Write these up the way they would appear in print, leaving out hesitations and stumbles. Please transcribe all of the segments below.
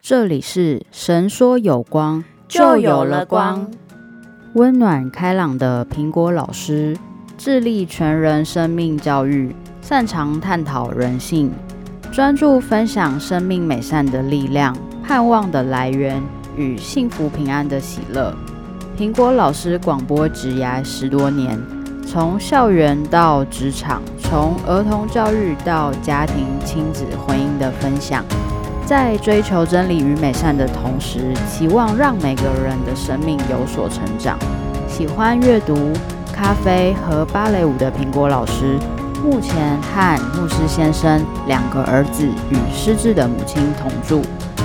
这里是神说有光就有了光， 温暖开朗的苹果老师，致力全人生命教育，擅长探讨人性，专注分享生命美善的力量、盼望的来源与幸福平安的喜乐。苹果老师广播职涯10多年，从校园到职场，从儿童教育到家庭、亲子、婚姻的分享，在追求真理与美善的同时，期望让每个人的生命有所成长。喜欢阅读、咖啡和芭蕾舞的苹果老师，目前和牧师先生2个儿子与失智的母亲同住。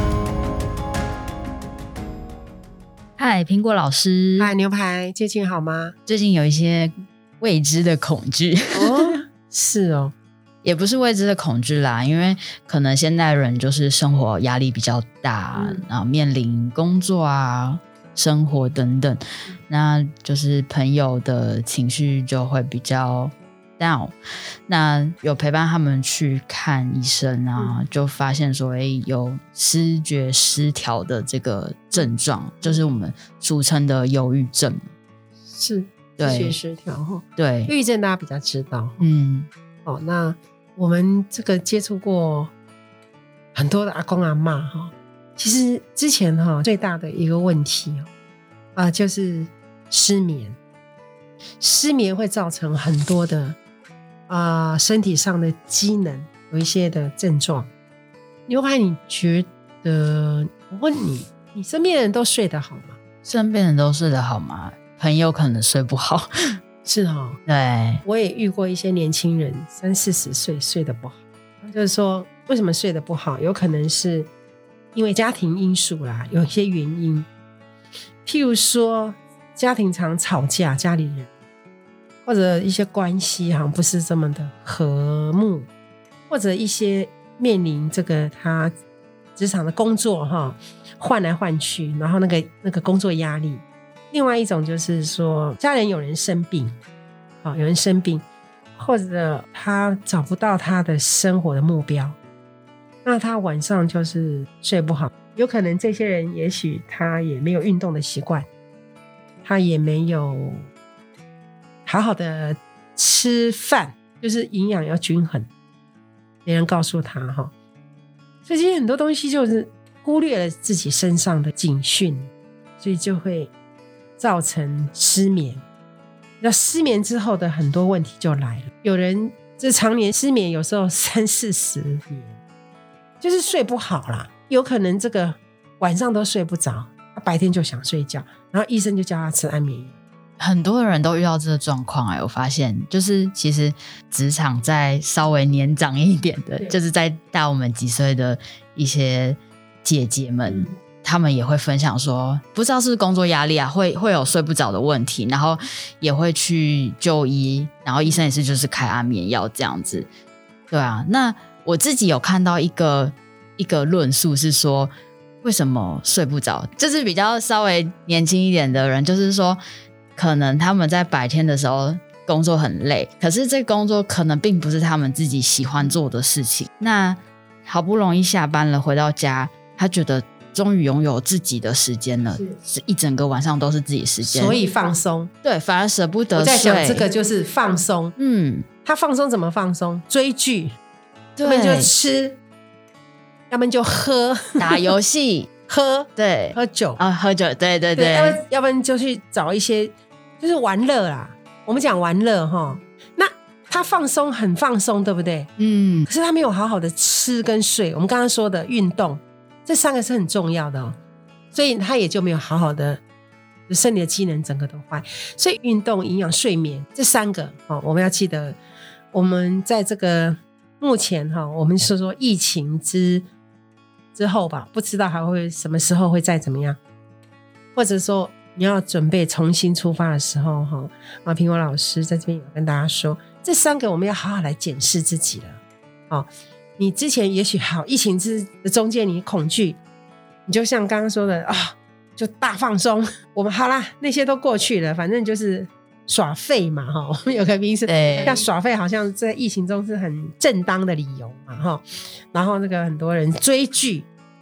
嗨，苹果老师。 嗨，牛排，最近好吗？ 最近有一些未知的恐惧。 是哦， 也不是未知的恐惧啦，因为可能现代人就是生活压力比较大，然后面临工作啊、生活等等，那就是朋友的情绪就会比较 down。那有陪伴他们去看医生啊，就发现说，有思觉失调的这个症状，就是我们俗称的忧郁症。 是对， 思觉失调。 对， 忧郁症大家比较知道。那我们这个接触过很多的阿公阿嬷其实之前最大的一个问题就是失眠。失眠会造成很多的身体上的机能有一些的症状。牛排，你觉得，我问你，你身边的人都睡得好吗？ 身边人都睡得好吗？朋友可能睡不好。 是对， 我也遇过一些年轻人30-40岁睡得不好，就是说为什么睡得不好，有可能是因为家庭因素啦，有一些原因，譬如说家庭常吵架，家里人或者一些关系好像不是这么的和睦，或者一些面临这个他职场的工作换来换去，然后那个工作压力。另外一种就是说家人有人生病，有人生病，或者他找不到他的生活的目标，那他晚上就是睡不好。有可能这些人也许他也没有运动的习惯，他也没有好好的吃饭，就是营养要均衡，没人告诉他所以这些很多东西就是忽略了自己身上的警讯，所以就会造成失眠。那失眠之后的很多问题就来了，有人这常年失眠，有时候30-40年就是睡不好啦，有可能这个晚上都睡不着，他白天就想睡觉，然后医生就叫他吃安眠药。 很多人都遇到这个状况我发现就是其实职场在稍微年长一点的，就是在大我们几岁的一些姐姐们，他们也会分享说，不知道是不是工作压力会有睡不着的问题，然后也会去就医，然后医生也是就是开安眠药这样子。对啊，那我自己有看到一个论述是说，为什么睡不着，就是比较稍微年轻一点的人，就是说可能他们在白天的时候工作很累，可是这工作可能并不是他们自己喜欢做的事情，那好不容易下班了回到家，他觉得终于拥有自己的时间了，是一整个晚上都是自己时间， 所以放松。对， 反而舍不得睡。 我在讲这个就是放松。他放松怎么放松？追剧，要不然就吃，要不然就喝， 打游戏喝， 对， 喝酒喝酒，对对对， 要不然就去找一些就是玩乐啦。我们讲玩乐那他放松很放松，对不对？可是他没有好好的吃跟睡。我们刚刚说的运动，这3个是很重要的所以他也就没有好好的身体的机能整个都坏。所以运动、营养、睡眠这3个我们要记得。我们在这个目前我们说疫情之后吧，不知道还会什么时候会再怎么样，或者说你要准备重新出发的时候苹果老师在这边有跟大家说，这3个我们要好好来检视自己了你之前也许好，疫情之中间你恐惧，你就像刚刚说的就大放松，我们好啦，那些都过去了，反正就是耍废嘛我们有个名词，像耍废好像在疫情中是很正当的理由嘛然后那个很多人追剧，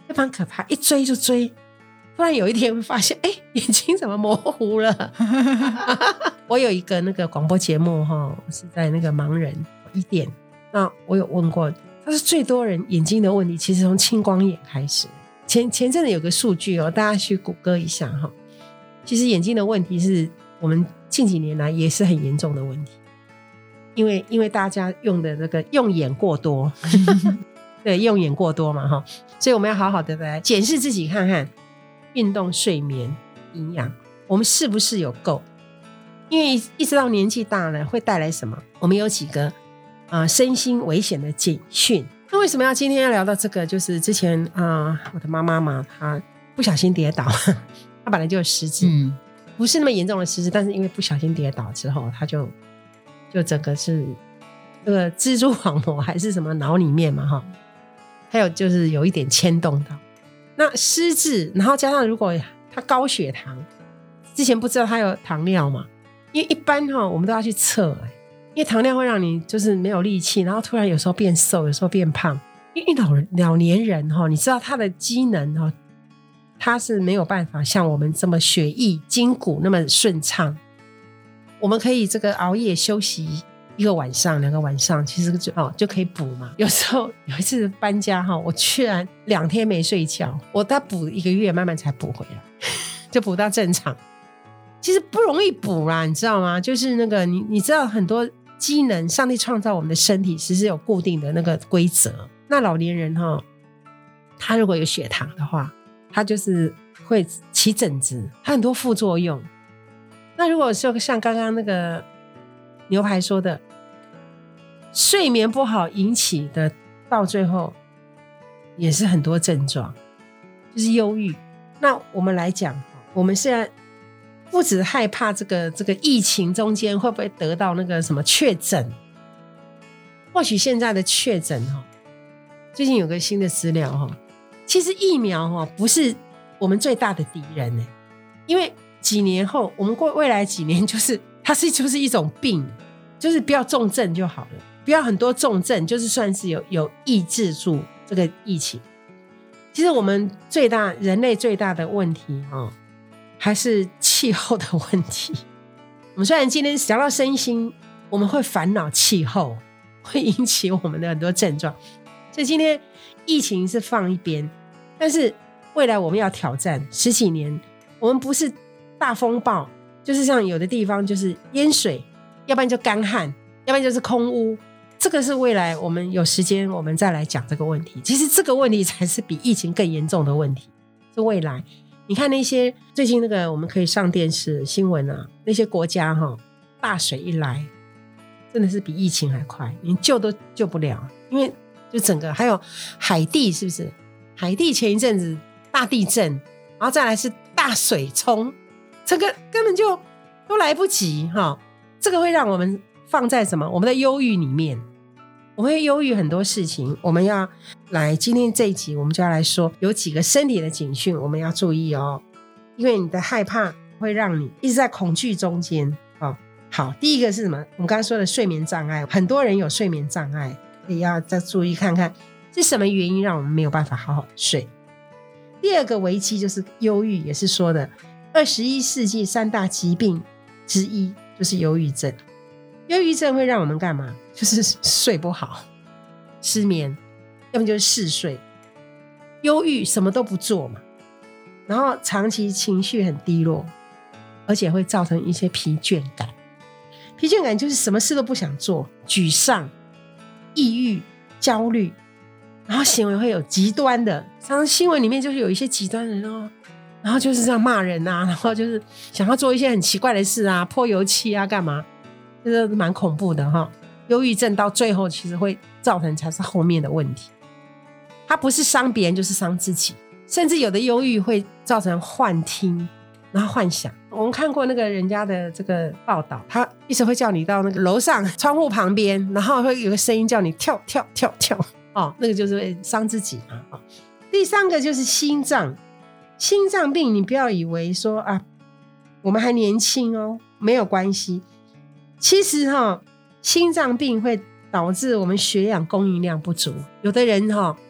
非常可怕，一追就追。突然有一天会发现，眼睛怎么模糊了？我有一个那个广播节目我是在那个盲人1点，那我有问过，他是最多人眼睛的问题，其实从青光眼开始。前阵子有个数据大家去谷歌一下其实眼睛的问题是我们近几年来也是很严重的问题，因为大家用的那个用眼过多，对，用眼过多嘛所以我们要好好的来检视自己，看看运动、睡眠、营养，我们是不是有够？因为一直到年纪大了会带来什么？我们有几个身心危险的警讯。那为什么今天要聊到这个？就是之前我的妈妈嘛，她不小心跌倒，她本来就有失智，不是那么严重的失智，但是因为不小心跌倒之后，她就整个是这个蜘蛛网膜还是什么脑里面嘛还有就是有一点牵动到那失智，然后加上如果她高血糖，之前不知道她有糖尿嘛，因为一般我们都要去测因为糖尿会让你就是没有力气，然后突然有时候变瘦，有时候变胖。因为老年人你知道他的机能他是没有办法像我们这么血液筋骨那么顺畅。我们可以这个熬夜休息1个晚上2个晚上，其实就可以补嘛。有时候有一次搬家我居然2天没睡觉，我再补1个月慢慢才补回来，就补到正常。其实不容易补啦，你知道吗？就是那个你知道很多机能，上帝创造我们的身体其实有固定的那个规则。那老年人他如果有血糖的话，他就是会起疹子，他很多副作用。那如果是像刚刚那个牛排说的，睡眠不好引起的，到最后也是很多症状，就是忧郁。那我们来讲，我们现在不只害怕这个疫情中间会不会得到那个什么确诊，或许现在的确诊最近有个新的资料其实疫苗不是我们最大的敌人因为几年后，我们未来几年它就是一种病，就是不要重症就好了，不要很多重症，就是算是有抑制住这个疫情。其实我们人类最大的问题还是气候的问题。我们虽然今天讲到身心，我们会烦恼气候，会引起我们的很多症状，所以今天疫情是放一边，但是未来我们要挑战10几年，我们不是大风暴，就是像有的地方就是淹水，要不然就干旱，要不然就是空污。这个是未来我们有时间我们再来讲这个问题。其实这个问题才是比疫情更严重的问题，是未来。你看那些最近那个我们可以上电视新闻那些国家大水一来真的是比疫情还快，连救都救不了。因为就整个还有海地，是不是海地前一阵子大地震，然后再来是大水冲，这个根本就都来不及这个会让我们放在什么我们的忧郁里面，我们会忧郁很多事情。我们要来今天这一集，我们就要来说有几个身体的警讯我们要注意因为你的害怕会让你一直在恐惧中间好，第一个是什么？我们刚刚说的睡眠障碍，很多人有睡眠障碍，也要再注意看看是什么原因让我们没有办法好好的睡。第二个危机就是忧郁，也是说的21世纪3大疾病之一就是忧郁症。忧郁症会让我们干嘛？就是睡不好，失眠，要么就是嗜睡。忧郁什么都不做嘛，然后长期情绪很低落，而且会造成一些疲倦感。疲倦感就是什么事都不想做，沮丧、抑郁、焦虑，然后行为会有极端的，常常新闻里面就是有一些极端人然后就是这样骂人然后就是想要做一些很奇怪的事泼油漆干嘛，这是蛮恐怖的忧郁症到最后其实会造成才是后面的问题，它不是伤别人就是伤自己，甚至有的忧郁会造成幻听，然后幻想。我们看过那个人家的这个报道，他一直会叫你到那个楼上窗户旁边，然后会有个声音叫你跳跳跳跳那个就是会伤自己嘛第三个就是心脏病，你不要以为说我们还年轻没有关系。其实心脏病会导致我们血氧供应量不足，有的人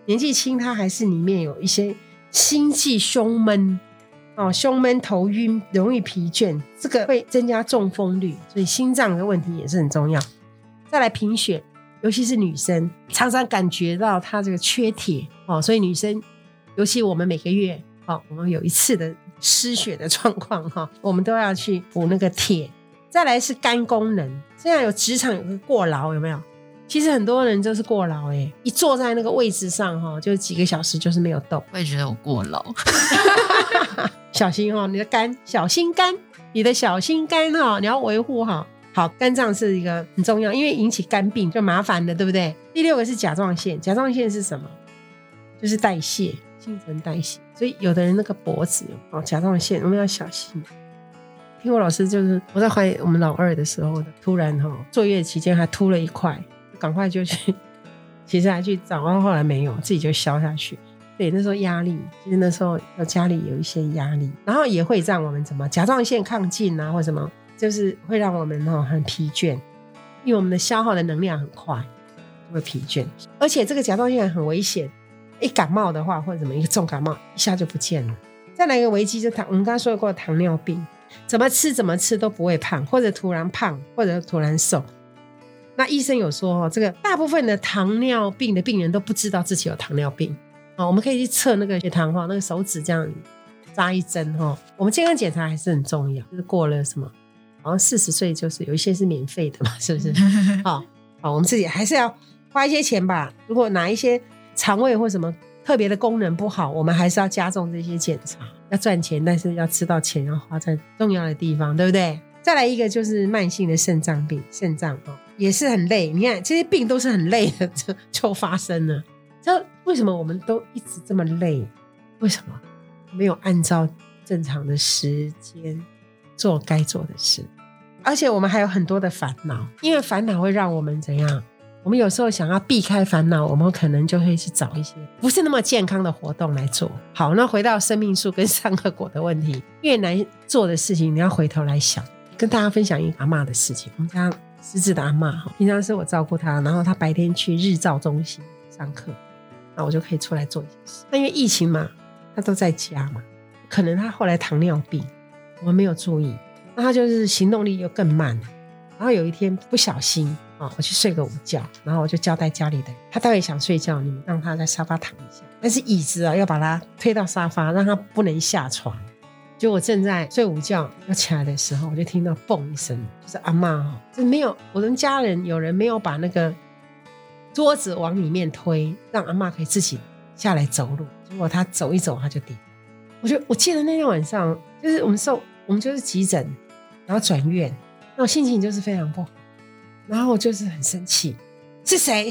年纪轻他还是里面有一些心悸胸闷胸闷头晕容易疲倦，这个会增加中风率，所以心脏的问题也是很重要。再来贫血，尤其是女生常常感觉到她这个缺铁所以女生尤其我们每个月我们有一次的失血的状况我们都要去补那个铁。再来是肝功能，现在有职场有个过劳，有没有？其实很多人就是过劳一坐在那个位置上就几个小时就是没有动。 我也觉得我过劳小心你的肝，小心肝，你的小心肝你要维护好。好，肝脏是一个很重要，因为引起肝病就麻烦了，对不对？第6个是甲状腺，甲状腺是什么？就是代谢，新陈代谢。所以有的人那个脖子甲状腺我们要小心。听我老师就是我在怀我们老二的时候，突然坐月期间还秃了一块，赶快就去其实还去找，然后后来没有，自己就消下去。对，那时候压力，其实那时候家里有一些压力，然后也会让我们甲状腺亢进或什么，就是会让我们很疲倦，因为我们的消耗的能量很快，就会疲倦。而且这个甲状腺很危险，一感冒的话或者什么一个重感冒一下就不见了。再来一个危机，就我们刚刚说过的糖尿病，怎么吃都不会胖，或者突然胖，或者突然瘦。那医生有说这个大部分的糖尿病的病人都不知道自己有糖尿病我们可以去测那个血糖那个手指这样扎一针我们健康检查还是很重要，就是过了什么好像40岁就是有一些是免费的嘛，是不是我们自己还是要花一些钱吧。如果哪一些肠胃或什么特别的功能不好，我们还是要加重这些检查，要赚钱，但是要知道钱要花在重要的地方，对不对？再来一个就是慢性的肾脏病，肾脏也是很累，你看这些病都是很累的就发生了。为什么我们都一直这么累？为什么没有按照正常的时间做该做的事？而且我们还有很多的烦恼，因为烦恼会让我们怎样？我们有时候想要避开烦恼，我们可能就会去找一些不是那么健康的活动来做。好，那回到生命树跟善恶果的问题，越难做的事情你要回头来想。跟大家分享一个阿嬷的事情，我们家失智的阿嬷平常是我照顾她，然后她白天去日照中心上课，那我就可以出来做一些事。那因为疫情嘛，她都在家嘛，可能她后来糖尿病我们没有注意，那她就是行动力又更慢。然后有一天不小心我去睡个午觉，然后我就交代家里的人，她待会想睡觉，你们让她在沙发躺一下，但是椅子要把她推到沙发，让她不能下床。就我正在睡午觉要起来的时候，我就听到蹦一声，就是阿嬷就没有，我们家人有人没有把那个桌子往里面推，让阿嬷可以自己下来走路，结果她走一走她就跌。我记得那天晚上就是我们就是急诊，然后转院，那我心情就是非常不好，然后我就是很生气，是谁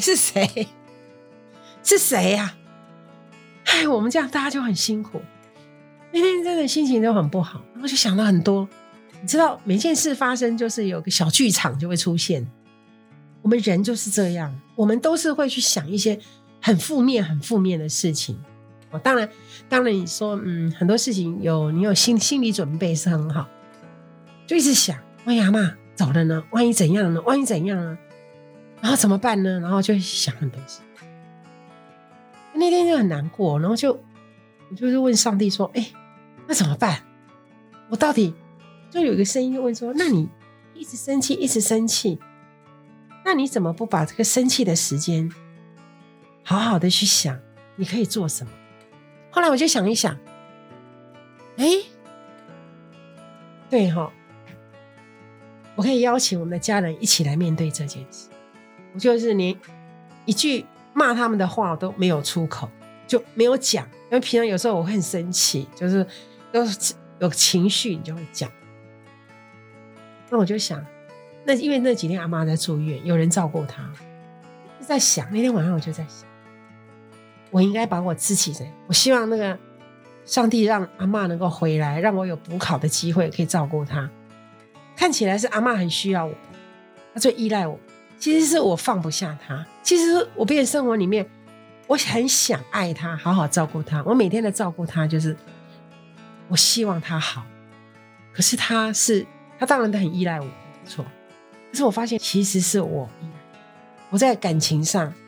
呀？我们这样大家就很辛苦，那天真的心情都很不好，然后就想到很多。你知道每件事发生就是有个小剧场就会出现，我们人就是这样，我们都是会去想一些很负面的事情。当然你说很多事情你有心理准备是很好，就一直想万一阿嬷走了呢，万一怎样呢，然后怎么办呢，然后就会想很多事。那天就很难过，然后我就是问上帝说那怎么办？我到底就有一个声音就问说，那你一直生气，那你怎么不把这个生气的时间好好的去想你可以做什么？后来我就想一想，对我可以邀请我们的家人一起来面对这件事。我就是连一句骂他们的话我都没有出口，就没有讲，因为平常有时候我会很生气，就是有情绪你就会讲。那我就想，那因为那几天阿嬷在住院，有人照顾她，就在想，那天晚上我就在想，我应该把我自己我希望那个上帝让阿嬷能够回来，让我有补考的机会可以照顾她。看起来是阿嬷很需要我，她最依赖我，其实是我放不下她。其实我变成生活里面我很想爱她，好好照顾她，我每天的照顾她就是我希望她好。可是她当然都很依赖我，没错，可是我发现其实是我依赖我在感情上，因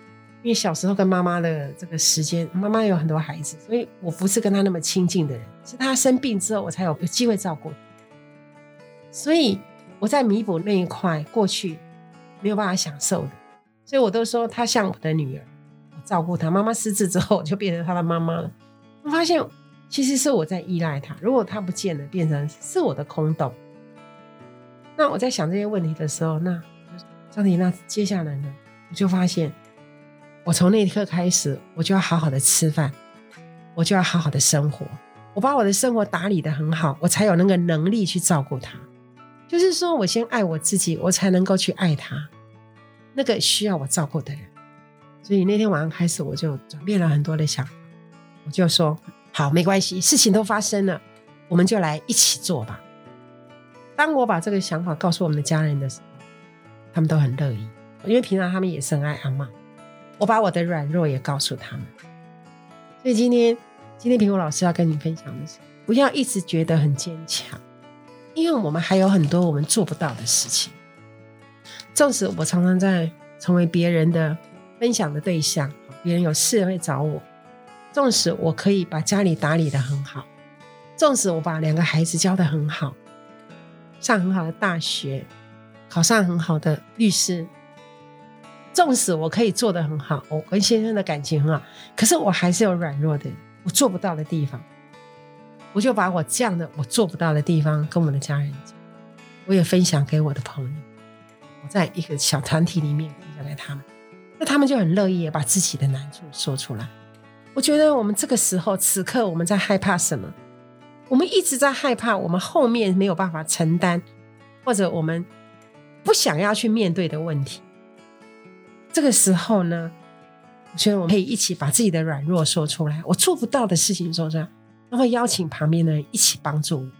因为小时候跟妈妈的这个时间，妈妈有很多孩子，所以我不是跟她那么亲近的人，是她生病之后我才有机会照顾。所以我在弥补那一块过去没有办法享受的，所以我都说她像我的女儿，我照顾她。妈妈失智之后我就变成她的妈妈了。我发现其实是我在依赖她，如果她不见了，变成是我的空洞。那我在想这些问题的时候，那上帝，那接下来呢，我就发现我从那一刻开始，我就要好好的吃饭，我就要好好的生活，我把我的生活打理得很好，我才有那个能力去照顾他。就是说我先爱我自己，我才能够去爱他那个需要我照顾的人。所以那天晚上开始，我就转变了很多的想法，我就说好，没关系，事情都发生了，我们就来一起做吧。当我把这个想法告诉我们的家人的时候，他们都很乐意，因为平常他们也是很爱阿嬷，我把我的软弱也告诉他们。所以今天苹果老师要跟你分享的是，不要一直觉得很坚强，因为我们还有很多我们做不到的事情。纵使我常常在成为别人的分享的对象，别人有事会找我，纵使我可以把家里打理得很好，纵使我把2个孩子教得很好，上很好的大学，考上很好的律师，纵使我可以做得很好，我跟先生的感情很好，可是我还是有软弱的，我做不到的地方。我就把我这样的我做不到的地方跟我的家人讲，我也分享给我的朋友，我在一个小团体里面分享给他们，那他们就很乐意把自己的难处说出来。我觉得我们这个时候此刻我们在害怕什么？我们一直在害怕我们后面没有办法承担，或者我们不想要去面对的问题。这个时候呢，我觉得我们可以一起把自己的软弱说出来，我做不到的事情说出来，然后邀请旁边的人一起帮助我。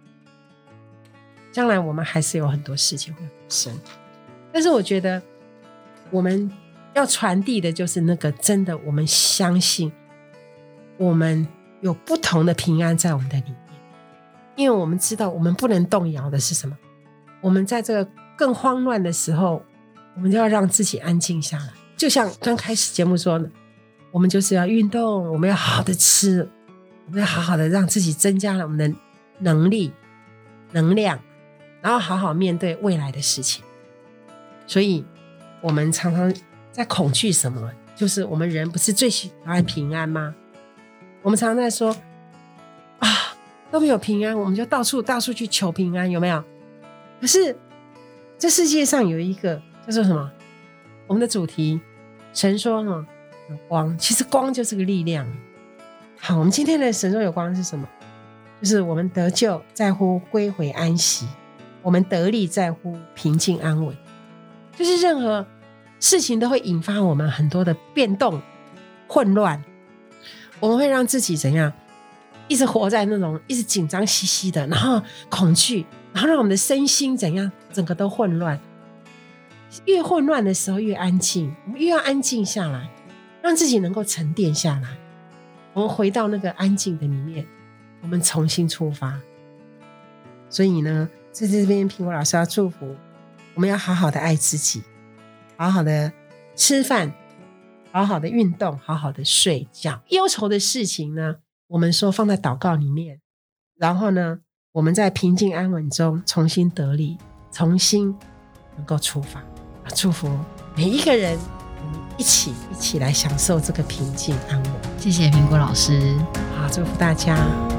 将来我们还是有很多事情会发生，但是我觉得我们要传递的就是那个真的我们相信我们有不同的平安在我们的里面。因为我们知道我们不能动摇的是什么，我们在这个更慌乱的时候，我们就要让自己安静下来。就像刚开始节目说的，我们就是要运动，我们要好好的吃，我们要好好的让自己增加了我们的能力能量，然后好好面对未来的事情。所以我们常常在恐惧什么，就是我们人不是最喜欢平安吗？我们常常在说都没有平安，我们就到处去求平安，有没有？可是这世界上有一个叫做什么？我们的主题神说有光，其实光就是个力量。好，我们今天的神说有光是什么？就是我们得救在乎归回安息，我们得力在乎平静安稳。就是任何事情都会引发我们很多的变动混乱，我们会让自己怎样一直活在那种一直紧张兮兮的，然后恐惧，然后让我们的身心怎样整个都混乱。越混乱的时候越安静，我们越要安静下来，让自己能够沉淀下来，我们回到那个安静的里面，我们重新出发。所以呢，在这边苹果老师要祝福我们要好好的爱自己，好好的吃饭，好好的运动，好好的睡觉。忧愁的事情呢，我们说放在祷告里面，然后呢，我们在平静安稳中重新得力，重新能够出发。祝福每一个人，我们一起来享受这个平静安稳。 谢谢苹果老师， 好，祝福大家。